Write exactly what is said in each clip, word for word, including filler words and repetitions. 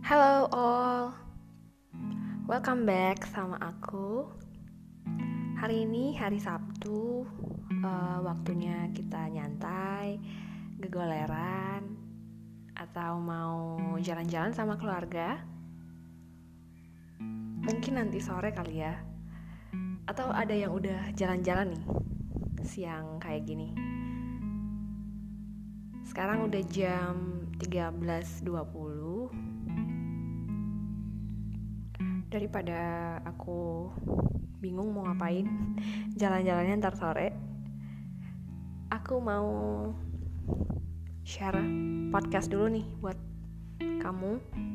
Hello all, welcome back sama aku. Hari ini hari Sabtu, uh, waktunya kita nyantai, gegoleran, atau mau jalan-jalan sama keluarga. Mungkin nanti sore kali ya. Atau ada yang udah jalan-jalan nih, siang kayak gini. Sekarang udah jam tiga belas dua puluh. Daripada aku bingung mau ngapain jalan-jalannya ntar sore, aku mau share podcast dulu nih buat kamu.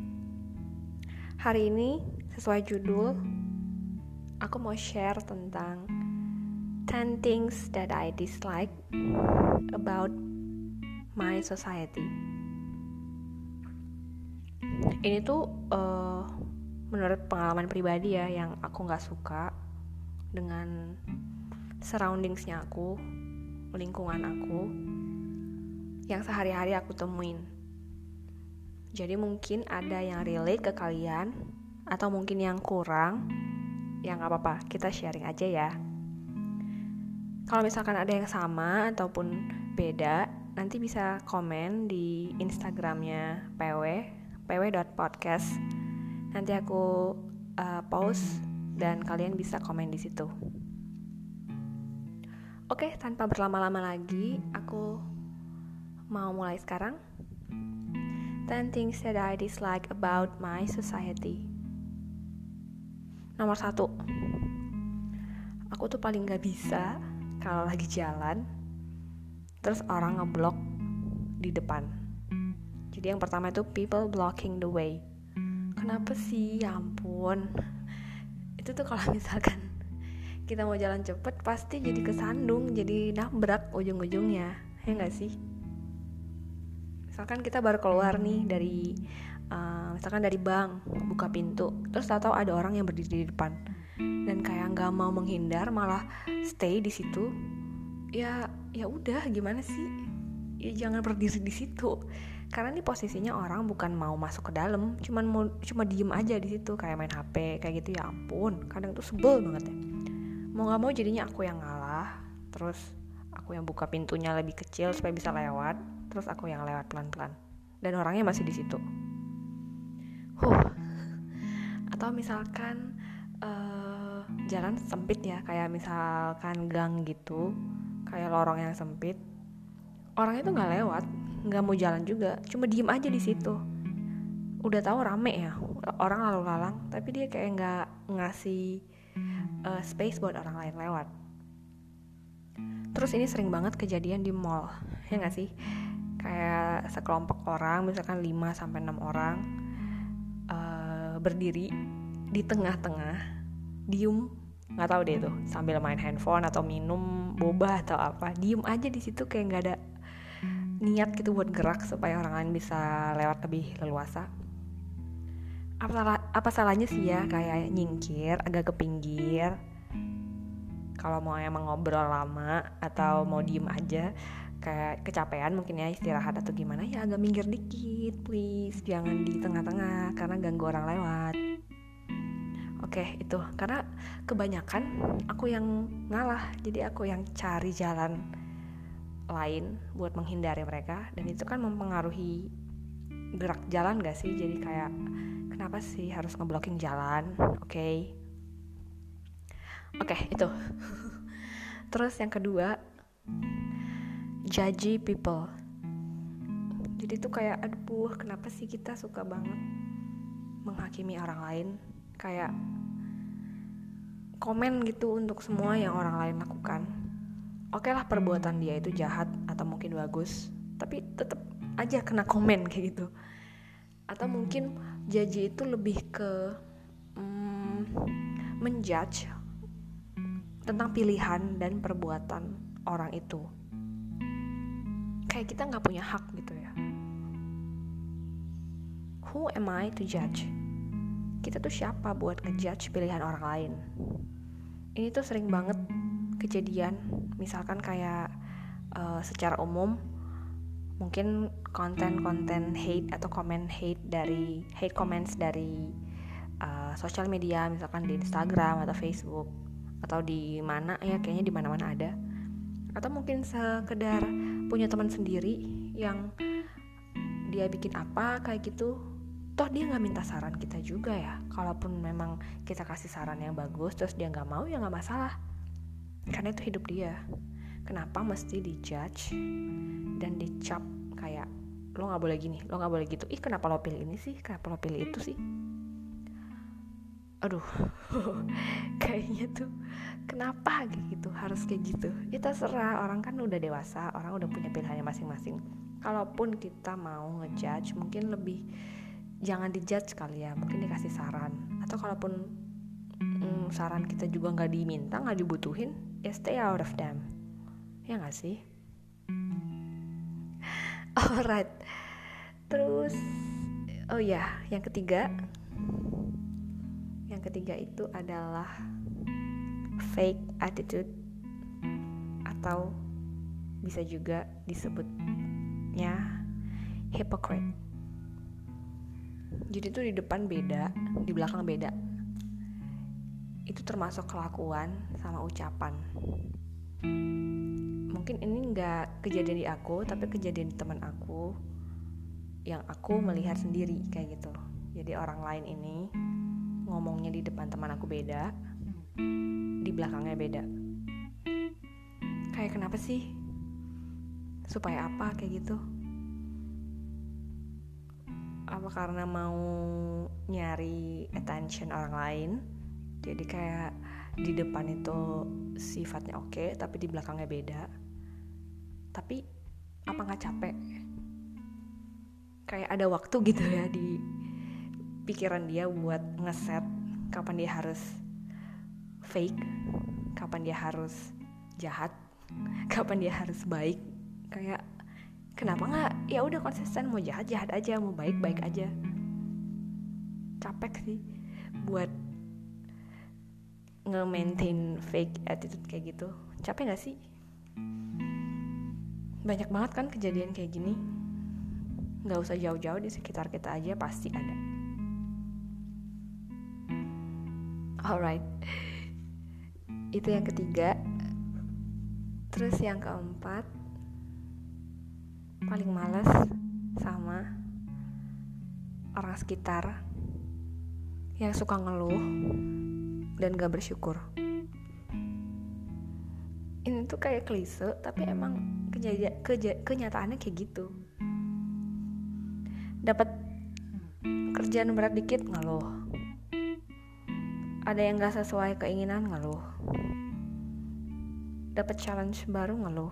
Hari ini sesuai judul, aku mau share tentang ten things that I dislike about my society. Ini tuh uh, menurut pengalaman pribadi ya, yang aku gak suka dengan surroundingsnya aku, lingkungan aku, yang sehari-hari aku temuin. Jadi mungkin ada yang relate ke kalian, atau mungkin yang kurang, ya gak apa-apa, kita sharing aja ya. Kalau misalkan ada yang sama ataupun beda, nanti bisa komen di Instagramnya P W, p w dot podcast. Nanti aku uh, post dan kalian bisa komen di situ. Oke, tanpa berlama-lama lagi, aku mau mulai sekarang. ten things that I dislike about my society. Nomor satu, aku tuh paling gak bisa kalau lagi jalan terus orang ngeblok di depan. Jadi yang pertama itu people blocking the way. Kenapa sih? Ya ampun. Itu tuh kalau misalkan kita mau jalan cepet, pasti jadi kesandung, jadi nabrak ujung-ujungnya. Ya gak sih? Misalkan kita baru keluar nih dari uh, misalkan dari bank, buka pintu, terus tahu-tahu ada orang yang berdiri di depan dan kayak gak mau menghindar, malah stay di situ. Ya, ya udah, gimana sih? Ya jangan berdiri di situ. Karena ini posisinya orang bukan mau masuk ke dalam, cuman mau cuma diem aja di situ kayak main H P kayak gitu. Ya ampun, kadang tuh sebel banget ya. Mau nggak mau jadinya aku yang ngalah, terus aku yang buka pintunya lebih kecil supaya bisa lewat, terus aku yang lewat pelan-pelan dan orangnya masih di situ. Huh. Atau misalkan uh, jalan sempit ya, kayak misalkan gang gitu, kayak lorong yang sempit. Orangnya tuh nggak lewat, nggak mau jalan juga, cuma diem aja di situ. Udah tahu rame ya, orang lalu lalang, tapi dia kayak nggak ngasih uh, space buat orang lain lewat. Terus ini sering banget kejadian di mall, ya nggak sih? Kayak sekelompok orang, misalkan lima sampai enam orang uh, berdiri di tengah-tengah, diem, nggak tahu deh tuh, sambil main handphone atau minum boba atau apa, diem aja di situ kayak nggak ada niat gitu buat gerak supaya orang lain bisa lewat lebih leluasa. Apa, salah, apa salahnya sih ya kayak nyingkir agak ke pinggir kalau mau emang ngobrol lama, atau mau diem aja kayak kecapean mungkin ya, istirahat atau gimana, ya agak minggir dikit please, jangan di tengah-tengah karena ganggu orang lewat. Oke, itu karena kebanyakan aku yang ngalah, jadi aku yang cari jalan lain buat menghindari mereka, dan itu kan mempengaruhi gerak jalan gak sih? Jadi kayak kenapa sih harus ngeblocking jalan? Oke okay. Oke okay, itu. Terus yang kedua, judgy people. Jadi tuh kayak aduh, kenapa sih kita suka banget menghakimi orang lain, kayak komen gitu untuk semua yang orang lain lakukan. Oke lah, perbuatan dia itu jahat atau mungkin bagus, tapi tetap aja kena komen kayak gitu. Atau mungkin judge itu lebih ke mm, menjudge tentang pilihan dan perbuatan orang itu. Kayak kita gak punya hak gitu ya. Who am I to judge? Kita tuh siapa buat ngejudge pilihan orang lain? Ini tuh sering banget kejadian, misalkan kayak uh, secara umum mungkin konten-konten hate atau komen hate dari hate comments dari uh, sosial media, misalkan di Instagram atau Facebook atau di mana ya, kayaknya di mana-mana ada. Atau mungkin sekedar punya teman sendiri yang dia bikin apa kayak gitu, toh dia nggak minta saran kita juga ya. Kalaupun memang kita kasih saran yang bagus terus dia nggak mau, ya nggak masalah, karena itu hidup dia. Kenapa mesti dijudge dan dicap kayak lo nggak boleh gini, lo nggak boleh gitu, ih kenapa lo pilih ini sih, kenapa lo pilih itu sih, aduh. Kayaknya tuh kenapa gitu harus kayak gitu. Ya terserah, orang kan udah dewasa, orang udah punya pilihannya masing-masing. Kalaupun kita mau ngejudge, mungkin lebih jangan dijudge kali ya, mungkin dikasih saran. Atau kalaupun mm, saran kita juga nggak diminta, nggak dibutuhin, ya stay out of them, ya nggak sih? Alright, terus oh ya, yang ketiga yang ketiga itu adalah fake attitude, atau bisa juga disebutnya hypocrite. Jadi tuh di depan beda, di belakang beda. Itu termasuk kelakuan sama ucapan. Mungkin ini gak kejadian di aku, tapi kejadian di teman aku yang aku melihat sendiri kayak gitu. Jadi orang lain ini ngomongnya di depan teman aku beda, di belakangnya beda. Kayak kenapa sih? Supaya apa kayak gitu? Apa karena mau nyari attention orang lain? Jadi kayak di depan itu sifatnya oke, tapi di belakangnya beda. Tapi apa gak capek? Kayak ada waktu gitu ya di pikiran dia buat ngeset kapan dia harus fake, kapan dia harus jahat, kapan dia harus baik. Kayak kenapa nggak ya udah konsisten, mau jahat jahat aja, mau baik baik aja. Capek sih buat nge-maintain fake attitude kayak gitu. Capek nggak sih? Banyak banget kan kejadian kayak gini. Nggak usah jauh-jauh, di sekitar kita aja pasti ada. Alright, itu yang ketiga. Terus yang keempat, paling malas sama orang sekitar yang suka ngeluh dan gak bersyukur. Ini tuh kayak klise, tapi emang keja- keja- kenyataannya kayak gitu. Dapat kerjaan berat dikit ngeluh, ada yang gak sesuai keinginan ngeluh, dapat challenge baru ngeluh.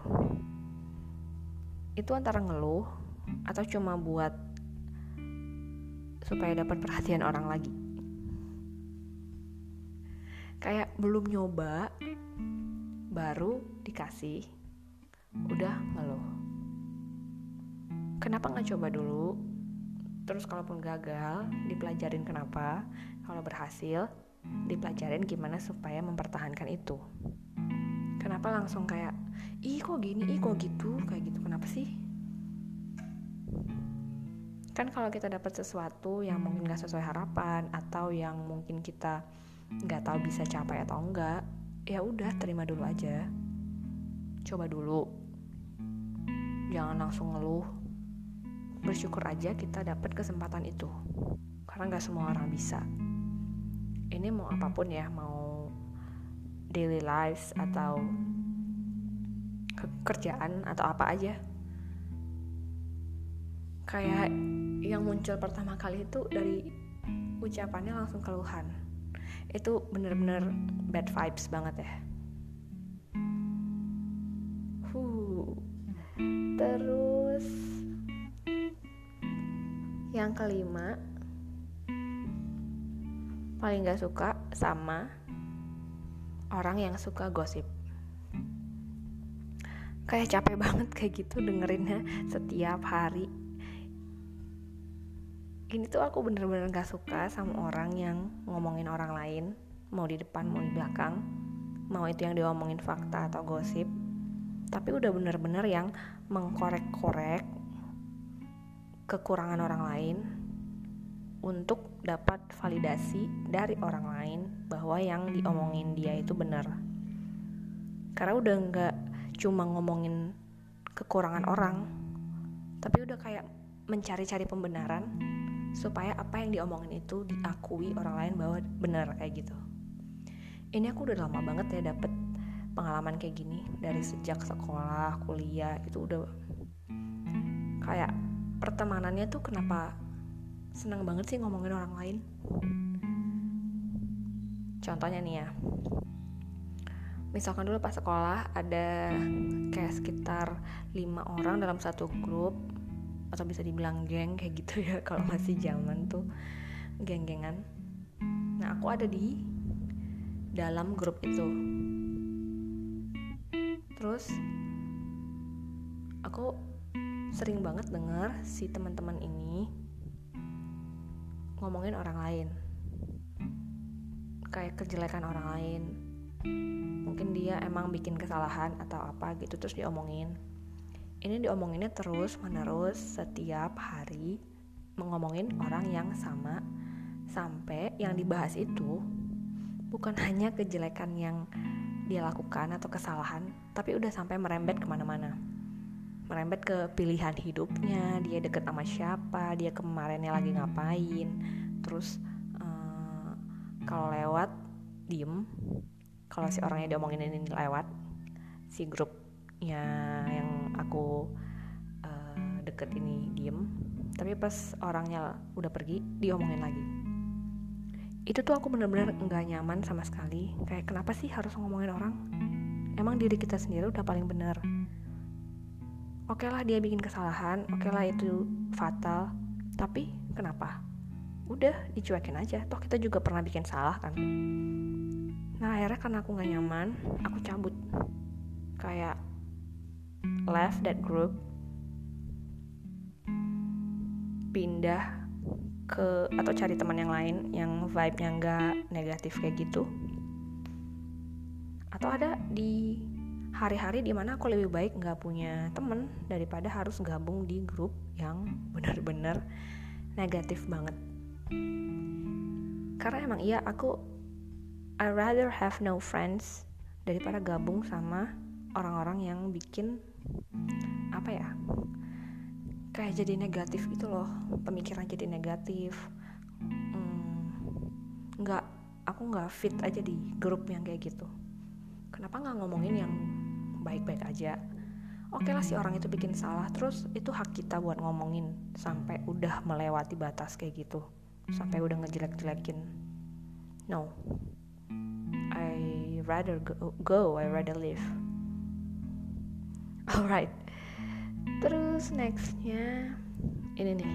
Itu antara ngeluh atau cuma buat supaya dapat perhatian orang lagi. Kayak belum nyoba baru dikasih udah ngeluh. Kenapa gak coba dulu? Terus kalaupun gagal dipelajarin kenapa, kalau berhasil dipelajarin gimana supaya mempertahankan itu. Kenapa langsung kayak ih kok gini, ih kok gitu, kayak gitu, kenapa sih? Kan kalau kita dapat sesuatu yang mungkin gak sesuai harapan, atau yang mungkin kita gak tahu bisa capai atau enggak, ya udah terima dulu aja, coba dulu, jangan langsung ngeluh. Bersyukur aja kita dapat kesempatan itu, karena gak semua orang bisa. Ini mau apapun ya, mau daily lives atau kerjaan atau apa aja. Kayak yang muncul pertama kali itu dari ucapannya langsung keluhan. Itu bener-bener bad vibes banget ya. Huh. Terus yang kelima, paling gak suka sama orang yang suka gosip. Kayak capek banget kayak gitu dengerinnya setiap hari. Ini tuh aku bener-bener gak suka sama orang yang ngomongin orang lain, mau di depan mau di belakang, mau itu yang diomongin fakta atau gosip, tapi udah bener-bener yang mengkorek-korek kekurangan orang lain untuk dapat validasi dari orang lain bahwa yang diomongin dia itu benar. Karena udah gak cuma ngomongin kekurangan orang, tapi udah kayak mencari-cari pembenaran supaya apa yang diomongin itu diakui orang lain bahwa benar, kayak gitu. Ini aku udah lama banget ya dapet pengalaman kayak gini. Dari sejak sekolah, kuliah, itu udah kayak pertemanannya tuh kenapa senang banget sih ngomongin orang lain. Contohnya nih ya, misalkan dulu pas sekolah ada kayak sekitar lima orang dalam satu grup, atau bisa dibilang geng kayak gitu ya kalau masih zaman tuh geng-gengan. Nah, aku ada di dalam grup itu. Terus aku sering banget dengar si teman-teman ini ngomongin orang lain, kayak kejelekan orang lain. Mungkin dia emang bikin kesalahan atau apa gitu, terus diomongin. Ini diomonginnya terus menerus setiap hari, mengomongin orang yang sama, sampai yang dibahas itu bukan hanya kejelekan yang dia lakukan atau kesalahan, tapi udah sampai merembet kemana-mana. Merembet ke pilihan hidupnya, dia deket sama siapa, dia kemarinnya lagi ngapain. Terus uh, kalau lewat diem, kalau si orangnya diomongin ini lewat, si grupnya yang aku uh, deket ini diem, tapi pas orangnya udah pergi diomongin lagi. Itu tuh aku benar-benar nggak nyaman sama sekali. Kayak kenapa sih harus ngomongin orang? Emang diri kita sendiri udah paling benar. Oke lah dia bikin kesalahan, oke lah itu fatal, tapi kenapa? Udah dicuekin aja, toh kita juga pernah bikin salah kan. Nah akhirnya karena aku gak nyaman, aku cabut. Kayak left that group, pindah ke atau cari teman yang lain yang vibe-nya gak negatif kayak gitu. Atau ada di hari-hari dimana aku lebih baik gak punya temen daripada harus gabung di grup yang benar-benar negatif banget. Karena emang iya aku I rather have no friends daripada gabung sama orang-orang yang bikin apa ya, kayak jadi negatif gitu loh, pemikiran jadi negatif. hmm, Gak, aku gak fit aja di grup yang kayak gitu. Kenapa gak ngomongin yang baik-baik aja? Oke lah si orang itu bikin salah, terus itu hak kita buat ngomongin sampai udah melewati batas kayak gitu, sampai udah ngejelek-jelekin. No, I rather go, go I rather live. Alright, terus nextnya ini nih,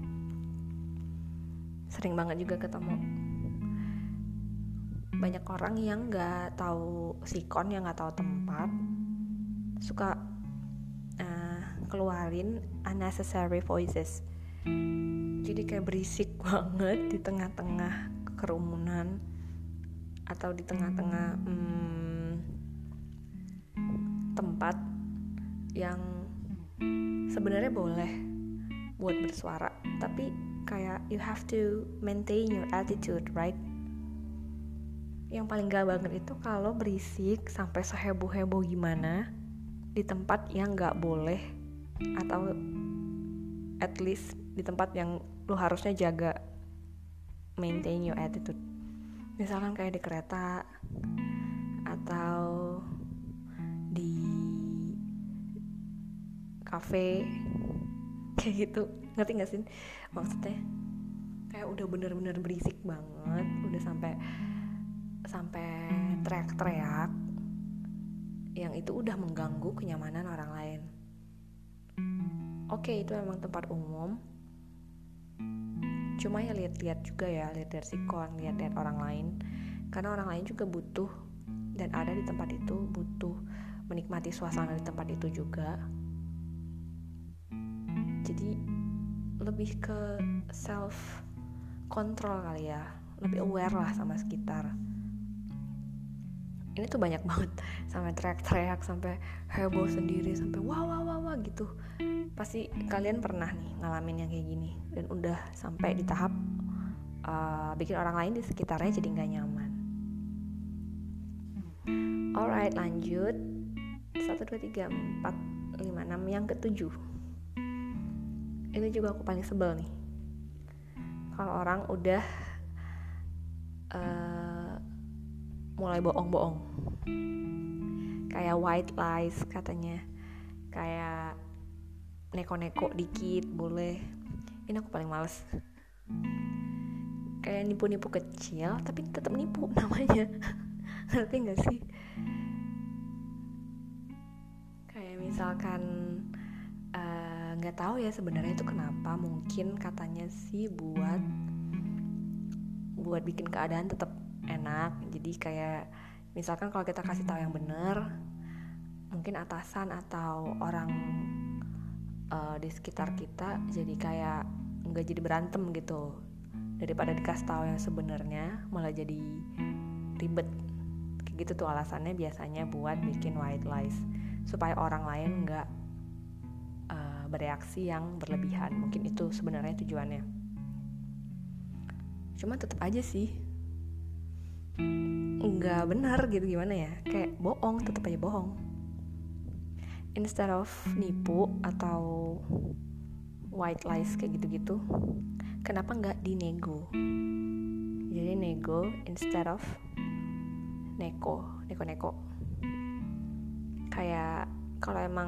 sering banget juga ketemu banyak orang yang nggak tahu sikon, yang nggak tahu tempat, suka uh, keluarin unnecessary voices. Jadi kayak berisik banget di tengah-tengah kerumunan atau di tengah-tengah hmm, tempat yang sebenarnya boleh buat bersuara, tapi kayak you have to maintain your attitude, right? Yang paling gak banget itu kalau berisik sampai seheboh-heboh gimana di tempat yang gak boleh, atau at least di tempat yang lu harusnya jaga maintain your attitude. Misalkan kayak di kereta atau di kafe kayak gitu, ngerti gak sih maksudnya? Kayak udah bener-bener berisik banget, udah sampai sampai teriak-teriak, yang itu udah mengganggu kenyamanan orang lain. Oke, itu emang tempat umum, cuma ya lihat-lihat juga ya, lihat-lihat sikon, lihat-lihat orang lain, karena orang lain juga butuh dan ada di tempat itu, butuh menikmati suasana di tempat itu juga. Jadi lebih ke self control kali ya, lebih aware lah sama sekitar. ini tuh banyak banget, sampai teriak-teriak, sampai heboh sendiri, sampai wah wah wah wah gitu. Pasti kalian pernah nih ngalamin yang kayak gini, dan udah sampai di tahap uh, bikin orang lain di sekitarnya jadi nggak nyaman. Alright, lanjut. Satu dua tiga empat lima enam yang ketujuh. Ini juga aku paling sebel nih. Kalau orang udah uh, mulai bohong-bohong, kayak white lies katanya, kayak neko-neko dikit boleh. Ini aku paling males. Kayak nipu-nipu kecil tapi tetap nipu namanya. Ngerti gak sih? Kayak misalkan nggak uh, tahu ya sebenarnya itu kenapa, mungkin katanya sih buat buat bikin keadaan tetap enak. Jadi kayak misalkan kalau kita kasih tahu yang benar, mungkin atasan atau orang uh, di sekitar kita jadi kayak nggak jadi berantem gitu, daripada dikasih tahu yang sebenarnya malah jadi ribet. Kayak gitu tuh alasannya biasanya buat bikin white lies, supaya orang lain nggak uh, bereaksi yang berlebihan. Mungkin itu sebenarnya tujuannya. Cuma tetap aja sih nggak benar gitu, gimana ya, kayak bohong, tetap aja bohong. Instead of nipu atau white lies kayak gitu-gitu, kenapa nggak dinego? Jadi nego instead of neko, neko-neko. Kayak kalau emang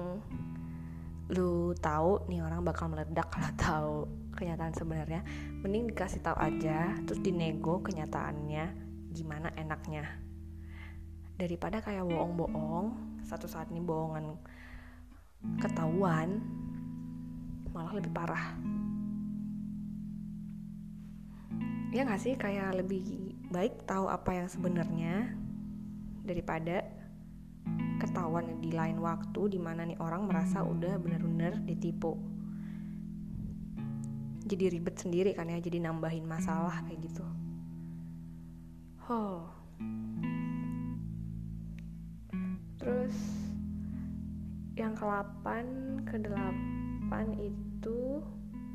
lu tahu nih orang bakal meledak kalau tahu kenyataan sebenarnya, mending dikasih tahu aja terus dinego kenyataannya gimana enaknya, daripada kayak bohong-bohong, satu saat ini bohongan ketahuan malah lebih parah. Ya nggak sih, kayak lebih baik tahu apa yang sebenarnya daripada ketahuan di lain waktu dimana nih orang merasa udah benar-benar ditipu. Jadi ribet sendiri kan ya, jadi nambahin masalah kayak gitu. Oh. Terus yang ke delapan, ke delapan itu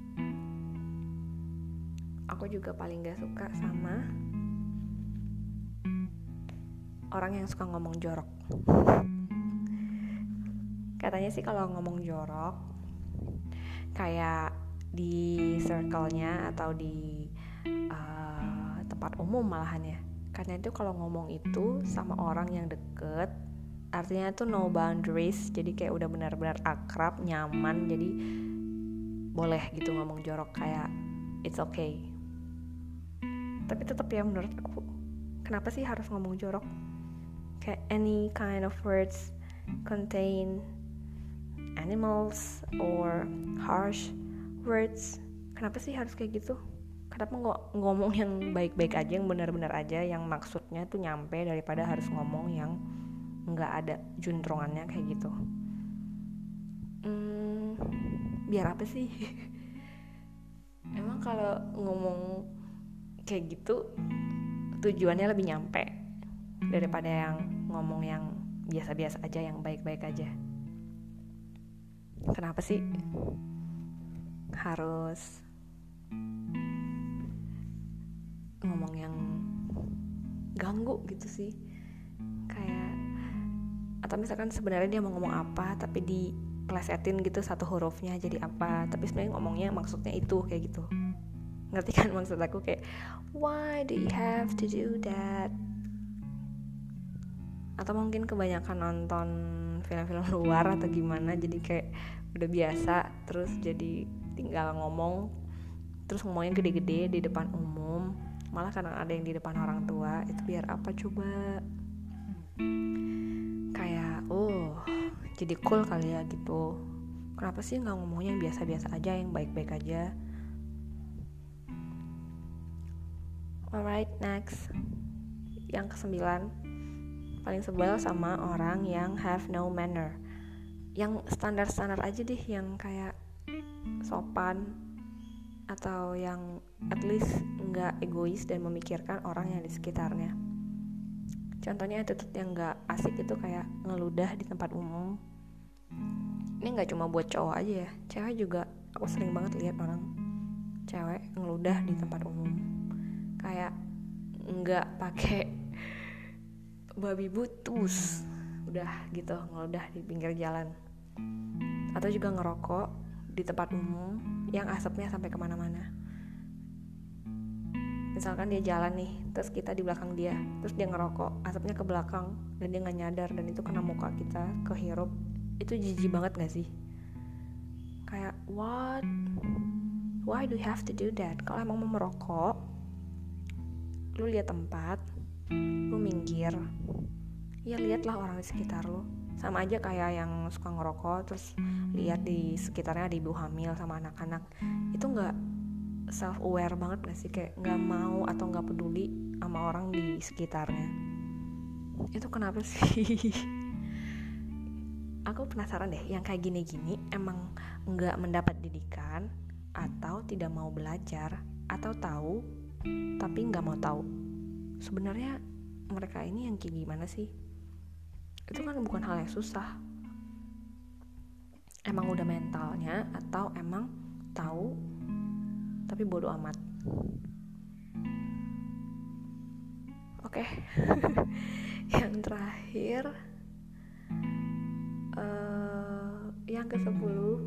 aku juga paling gak suka sama orang yang suka ngomong jorok. Katanya sih kalau ngomong jorok kayak di circle-nya atau di uh, tempat umum malahan ya, karena itu kalau ngomong itu sama orang yang deket, artinya tuh no boundaries, jadi kayak udah benar-benar akrab, nyaman, jadi boleh gitu ngomong jorok, kayak it's okay. Tapi tetap ya menurut aku, kenapa sih harus ngomong jorok? Kayak any kind of words contain animals or harsh words, kenapa sih harus kayak gitu? Kenapa nggak ngomong yang baik-baik aja, yang benar-benar aja, yang maksudnya tuh nyampe, daripada harus ngomong yang nggak ada juntrungannya kayak gitu. Hmm, biar apa sih? Emang kalau ngomong kayak gitu tujuannya lebih nyampe daripada yang ngomong yang biasa-biasa aja, yang baik-baik aja. Kenapa sih harus ngomong yang ganggu gitu sih? Kayak, atau misalkan sebenarnya dia mau ngomong apa tapi diplesetin gitu satu hurufnya jadi apa, tapi sebenarnya ngomongnya maksudnya itu kayak gitu. Ngerti kan maksud aku? Kayak why do you have to do that? Atau mungkin kebanyakan nonton film-film luar atau gimana, jadi kayak udah biasa, terus jadi tinggal ngomong, terus ngomongnya gede-gede di depan umum, malah kadang ada yang di depan orang tua. Itu biar apa coba? Kayak oh jadi cool kali ya gitu. Kenapa sih nggak ngomongnya yang biasa-biasa aja, yang baik-baik aja? Alright, next. Yang kesembilan, paling sebel sama orang yang have no manner, yang standar-standar aja deh, yang kayak sopan atau yang at least nggak egois dan memikirkan orang yang di sekitarnya. Contohnya attitude yang gak asik itu kayak ngeludah di tempat umum. Ini gak cuma buat cowok aja ya, cewek juga. Aku sering banget lihat orang cewek ngeludah di tempat umum, kayak nggak pakai babi butus, udah gitu ngeludah di pinggir jalan. Atau juga ngerokok di tempat umum yang asapnya sampai kemana-mana. Misalkan dia jalan nih, terus kita di belakang dia, terus dia ngerokok, asapnya ke belakang dan dia nggak nyadar, dan itu kena muka kita, kehirup. Itu jijik banget gak sih? Kayak what? Why do you have to do that? Kalau emang mau merokok, lu lihat tempat, lu minggir, ya lihatlah orang di sekitar lu. Sama aja kayak yang suka ngerokok terus lihat di sekitarnya ada ibu hamil sama anak-anak. Itu nggak self aware banget nggak sih? Kayak nggak mau atau nggak peduli sama orang di sekitarnya. Itu kenapa sih? Aku penasaran deh, yang kayak gini-gini emang nggak mendapat didikan, atau tidak mau belajar, atau tahu tapi nggak mau tahu. Sebenarnya mereka ini yang kayak gimana sih? Itu kan bukan hal yang susah. Emang udah mentalnya, atau emang tahu tapi bodoh amat. Oke. Yang terakhir, uh, yang kesepuluh,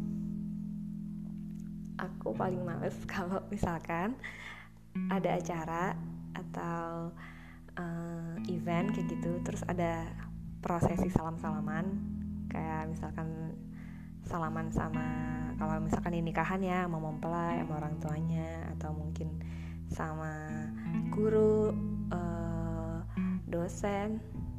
aku paling males kalau misalkan ada acara atau uh, event kayak gitu, terus ada prosesi salam-salaman, kayak misalkan salaman sama, kalau misalkan di nikahan ya, sama mempelai, sama orang tuanya, atau mungkin sama guru, uh, dosen,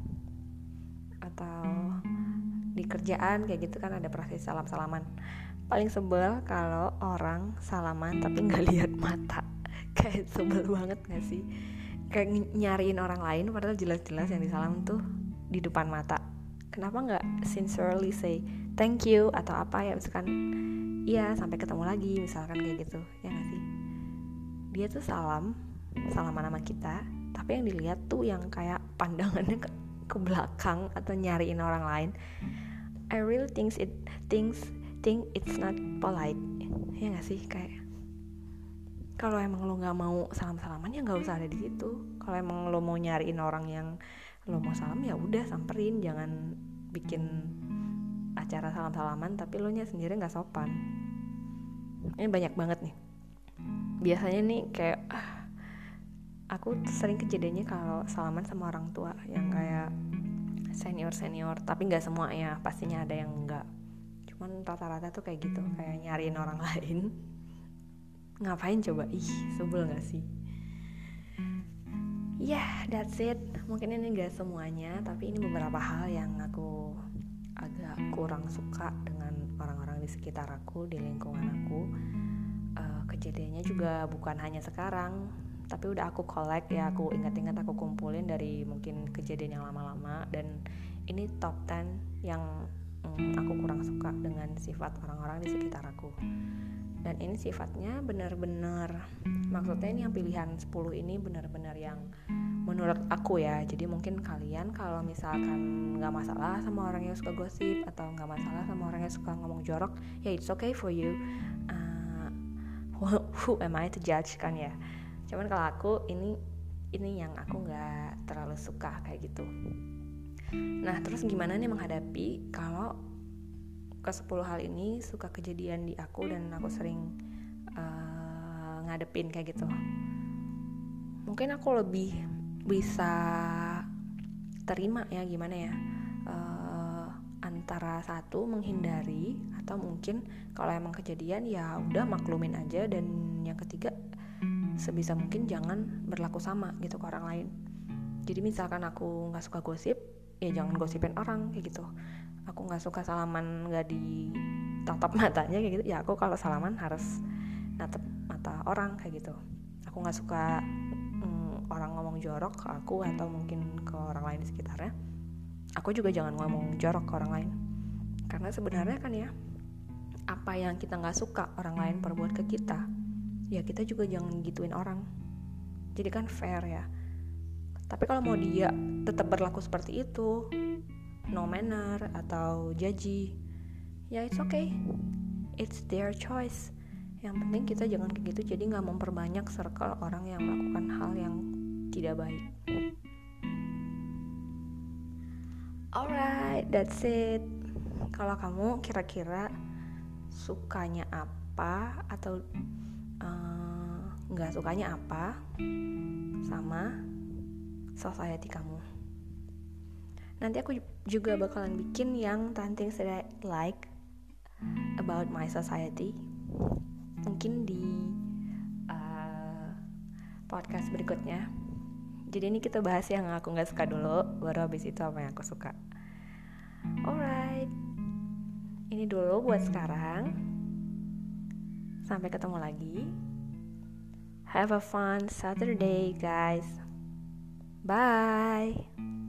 atau di kerjaan kayak gitu kan ada prosesi salam-salaman. Paling sebel kalau orang salaman tapi nggak lihat mata. Kayak sebel banget nggak sih? Kayak nyariin orang lain padahal jelas-jelas yang disalam tuh di depan mata. Kenapa nggak sincerely say thank you atau apa ya, misalkan iya sampai ketemu lagi misalkan kayak gitu, ya nggak sih? Dia tuh salam salaman sama kita, tapi yang dilihat tuh yang kayak pandangannya ke, ke belakang atau nyariin orang lain. I really think it thinks think it's not polite, ya nggak sih? Kayak kalau emang lo nggak mau salam-salaman ya nggak usah ada di situ. Kalau emang lo mau nyariin orang yang lo mau salam ya udah samperin, jangan bikin acara salam-salaman tapi lo nya sendiri nggak sopan. Ini banyak banget nih. Biasanya nih kayak ah, aku sering kejadiannya kalau salaman sama orang tua yang kayak senior-senior, tapi nggak semua ya, pastinya ada yang enggak. Cuman rata-rata tuh kayak gitu, kayak nyariin orang lain. Ngapain coba? Ih, sebel gak sih? Ya, yeah, that's it. Mungkin ini gak semuanya, tapi ini beberapa hal yang aku agak kurang suka dengan orang-orang di sekitar aku, di lingkungan aku. uh, Kejadiannya juga bukan hanya sekarang, tapi udah aku collect ya, aku ingat-ingat, aku kumpulin dari mungkin kejadian yang lama-lama. Dan ini top sepuluh yang mm, aku kurang suka dengan sifat orang-orang di sekitar aku. Dan ini sifatnya benar-benar, maksudnya ini yang pilihan sepuluh ini benar-benar yang menurut aku ya. Jadi mungkin kalian kalau misalkan gak masalah sama orang yang suka gosip, atau gak masalah sama orang yang suka ngomong jorok, ya it's okay for you. uh, who, who am I to judge kan ya. Cuman kalau aku ini ini yang aku gak terlalu suka kayak gitu. Nah terus gimana nih menghadapi kalau ke sepuluh hal ini suka kejadian di aku dan aku sering uh, ngadepin kayak gitu? Mungkin aku lebih bisa terima ya, gimana ya, uh, antara satu menghindari, atau mungkin kalau emang kejadian ya udah maklumin aja. Dan yang ketiga, sebisa mungkin jangan berlaku sama gitu ke orang lain. Jadi misalkan aku nggak suka gosip, ya jangan gosipin orang kayak gitu. Aku nggak suka salaman nggak ditatap matanya kayak gitu, ya aku kalau salaman harus natap mata orang kayak gitu. Aku nggak suka mm, orang ngomong jorok ke aku atau mungkin ke orang lain di sekitarnya. Aku juga jangan ngomong jorok ke orang lain, karena sebenarnya kan ya, apa yang kita nggak suka orang lain perbuat ke kita, ya kita juga jangan gituin orang. Jadi kan fair ya. Tapi kalau mau dia tetap berlaku seperti itu, no manner atau judgy, ya it's okay, it's their choice. Yang penting kita jangan kayak gitu, jadi gak memperbanyak circle orang yang melakukan hal yang tidak baik. Alright, that's it. Kalau kamu kira-kira sukanya apa atau uh, gak sukanya apa sama society kamu. Nanti aku juga bakalan bikin yang ten things that I like about my society, mungkin di uh, podcast berikutnya. Jadi ini kita bahas yang aku gak suka dulu, baru habis itu apa yang aku suka. Alright, ini dulu buat sekarang. Sampai ketemu lagi. Have a fun Saturday guys. Bye.